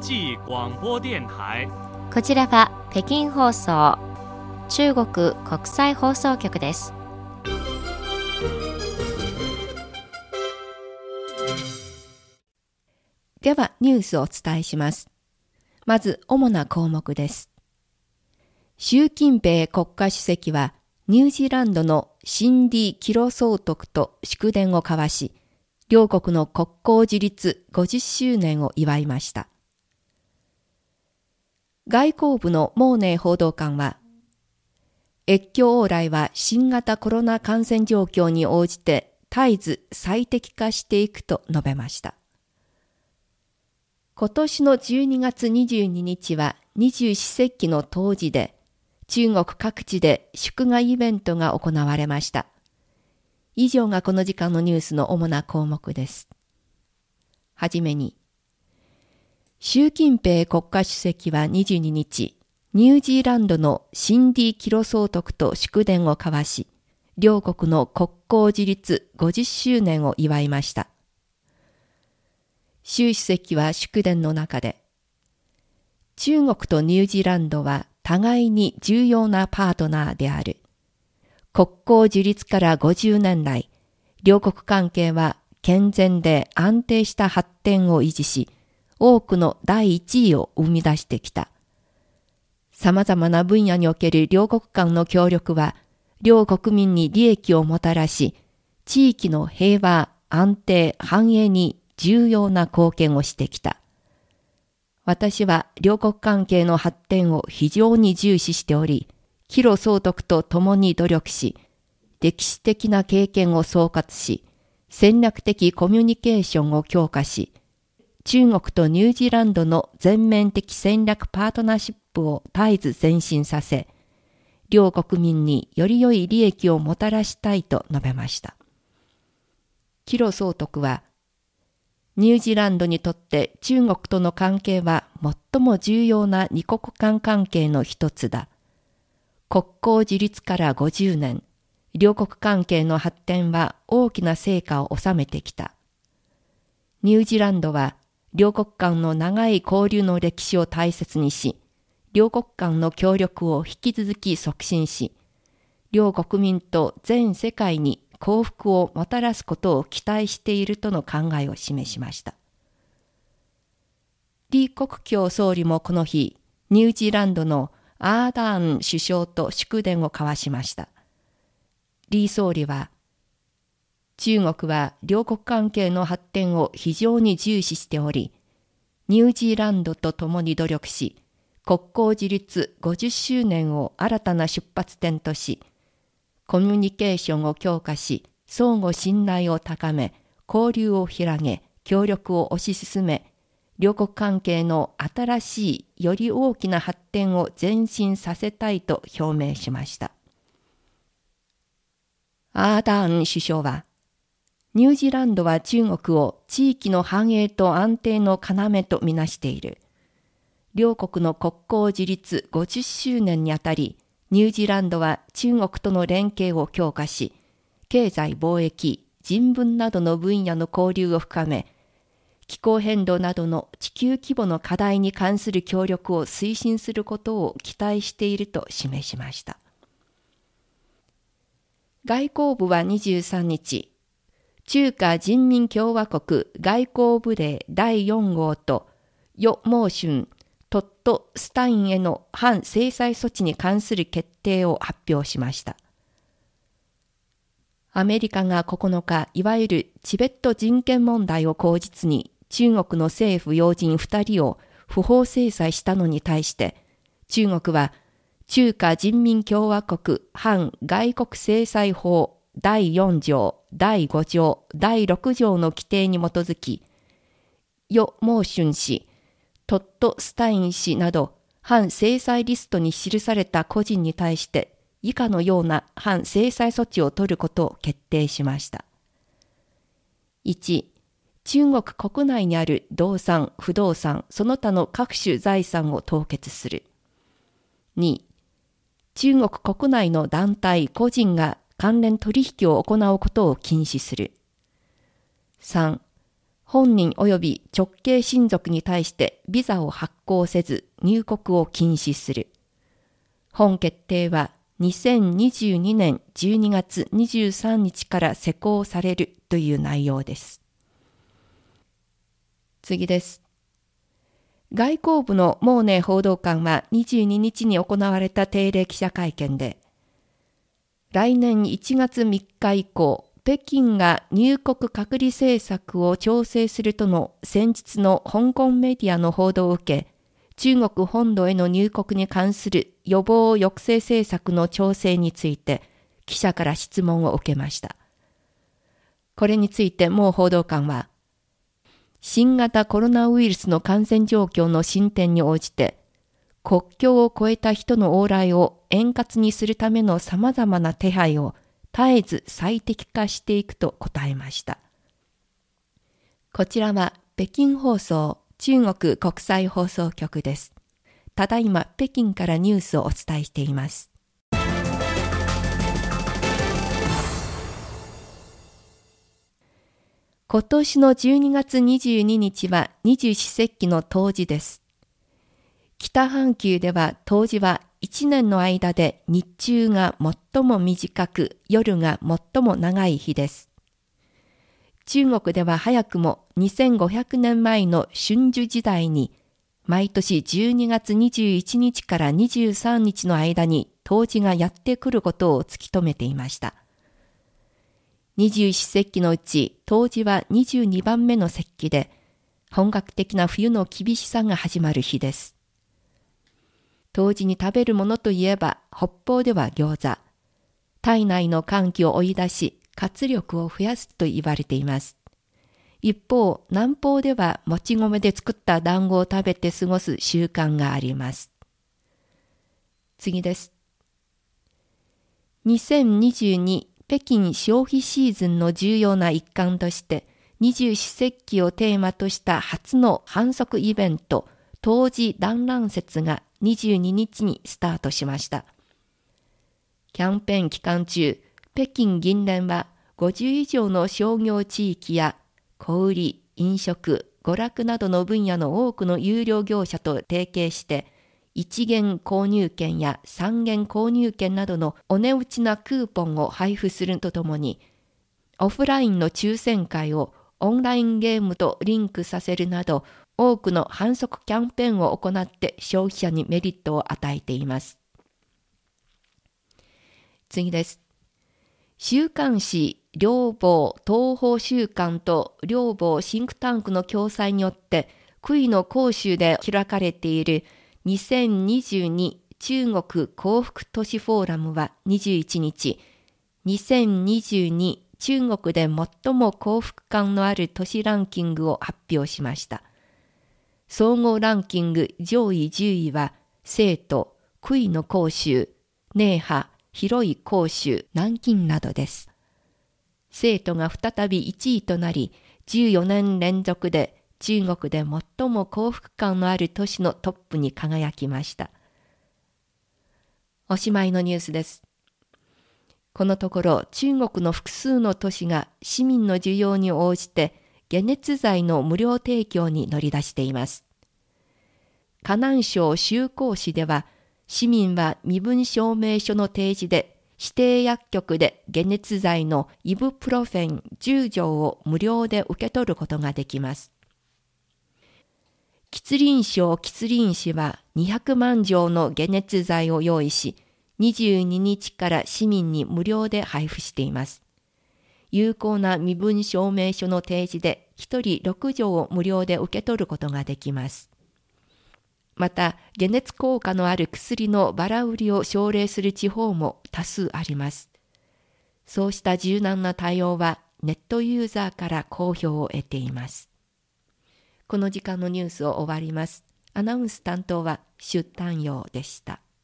際广播電台。 こちらは北京放送、中国国際放送局です。 ではニュースをお伝えします。まず主な項目です。習近平国家主席はニュージーランドのシンディ・キロ総督と祝電を交わし、両国の国交樹立50周年を祝いました。外交部のモーネー報道官は、越境往来は新型コロナ感染状況に応じて絶えず最適化していくと述べました。今年の12月22日は二十四節気の冬至で、中国各地で祝賀イベントが行われました。以上がこの時間のニュースの主な項目です。はじめに、習近平国家主席は22日、ニュージーランドのシンディ・キロ総督と祝電を交わし、両国の国交樹立50周年を祝いました。習主席は祝電の中で、中国とニュージーランドは互いに重要なパートナーである。国交樹立から50年来、両国関係は健全で安定した発展を維持し、多くの第一位を生み出してきた。様々な分野における両国間の協力は、両国民に利益をもたらし、地域の平和、安定、繁栄に重要な貢献をしてきた。私は両国関係の発展を非常に重視しており、キロ総督と共に努力し、歴史的な経験を総括し、戦略的コミュニケーションを強化し、中国とニュージーランドの全面的戦略パートナーシップを絶えず前進させ、両国民により良い利益をもたらしたいと述べました。キロ総督は、ニュージーランドにとって中国との関係は最も重要な二国間関係の一つだ。国交樹立から50年、両国関係の発展は大きな成果を収めてきた。ニュージーランドは両国間の長い交流の歴史を大切にし、両国間の協力を引き続き促進し、両国民と全世界に幸福をもたらすことを期待しているとの考えを示しました。李克強総理もこの日、ニュージーランドのアーダーン首相と祝電を交わしました。李総理は、中国は両国関係の発展を非常に重視しており、ニュージーランドと共に努力し、国交樹立50周年を新たな出発点とし、コミュニケーションを強化し、相互信頼を高め、交流を広げ、協力を推し進め、両国関係の新しいより大きな発展を前進させたいと表明しました。アーダーン首相は、ニュージーランドは中国を地域の繁栄と安定の要とみなしている。両国の国交樹立50周年にあたり、ニュージーランドは中国との連携を強化し、経済貿易、人文などの分野の交流を深め、気候変動などの地球規模の課題に関する協力を推進することを期待していると示しました。外交部は23日、中華人民共和国外交部令第4号と余茂春トッド・スタインへの反制裁措置に関する決定を発表しました。アメリカが9日、いわゆるチベット人権問題を口実に中国の政府要人2人を不法制裁したのに対して、中国は中華人民共和国反外国制裁法第4条、第5条、第6条の規定に基づき、余茂春氏、トッド・スタイン氏など反制裁リストに記された個人に対して以下のような反制裁措置を取ることを決定しました。1、中国国内にある動産、不動産、その他の各種財産を凍結する。2、中国国内の団体、個人が関連取引を行うことを禁止する。3、 本人及び直系親族に対してビザを発行せず入国を禁止する。本決定は2022年12月23日から施行されるという内容です。次です。外交部のモーネ報道官は22日に行われた定例記者会見で、来年1月3日以降、北京が入国隔離政策を調整するとの先日の香港メディアの報道を受け、中国本土への入国に関する予防抑制政策の調整について記者から質問を受けました。これについてモー報道官は、新型コロナウイルスの感染状況の進展に応じて、国境を越えた人の往来を円滑にするための様々な手配を絶えず最適化していくと答えました。こちらは北京放送中国国際放送局です。ただいま北京からニュースをお伝えしています。今年の12月22日は二十四節気の冬至です。北半球では冬至は1年の間で日中が最も短く、夜が最も長い日です。中国では早くも2500年前の春秋時代に、毎年12月21日から23日の間に冬至がやってくることを突き止めていました。二十四節気のうち冬至は22番目の節気で、本格的な冬の厳しさが始まる日です。冬至に食べるものといえば、北方では餃子。体内の寒気を追い出し、活力を増やすと言われています。一方、南方ではもち米で作った団子を食べて過ごす習慣があります。次です。2022北京消費シーズンの重要な一環として、二十四節気をテーマとした初の反則イベント、冬至団らん節が22日にスタートしました。キャンペーン期間中、北京銀聯は50以上の商業地域や小売、飲食、娯楽などの分野の多くの有料業者と提携して、1元購入券や3元購入券などのお値打ちなクーポンを配布するとともに、オフラインの抽選会をオンラインゲームとリンクさせるなど、多くの反則キャンペーンを行って消費者にメリットを与えています。次です。週刊誌両房東方週間と両房シンクタンクの共催によって杭の広州で開かれている2022中国幸福都市フォーラムは21日、2022中国で最も幸福感のある都市ランキングを発表しました。総合ランキング上位10位は、成都、杭の広州、寧波、広い広州、南京などです。成都が再び1位となり、14年連続で中国で最も幸福感のある都市のトップに輝きました。おしまいのニュースです。このところ中国の複数の都市が市民の需要に応じて解熱剤の無料提供に乗り出しています。河南省周口市では市民は身分証明書の提示で指定薬局で解熱剤のイブプロフェン10錠を無料で受け取ることができます。吉林省吉林市は200万錠の解熱剤を用意し、22日から市民に無料で配布しています。有効な身分証明書の提示で1人6錠を無料で受け取ることができます。また、解熱効果のある薬のバラ売りを奨励する地方も多数あります。そうした柔軟な対応はネットユーザーから好評を得ています。この時間のニュースを終わります。アナウンス担当は朱丹陽でした。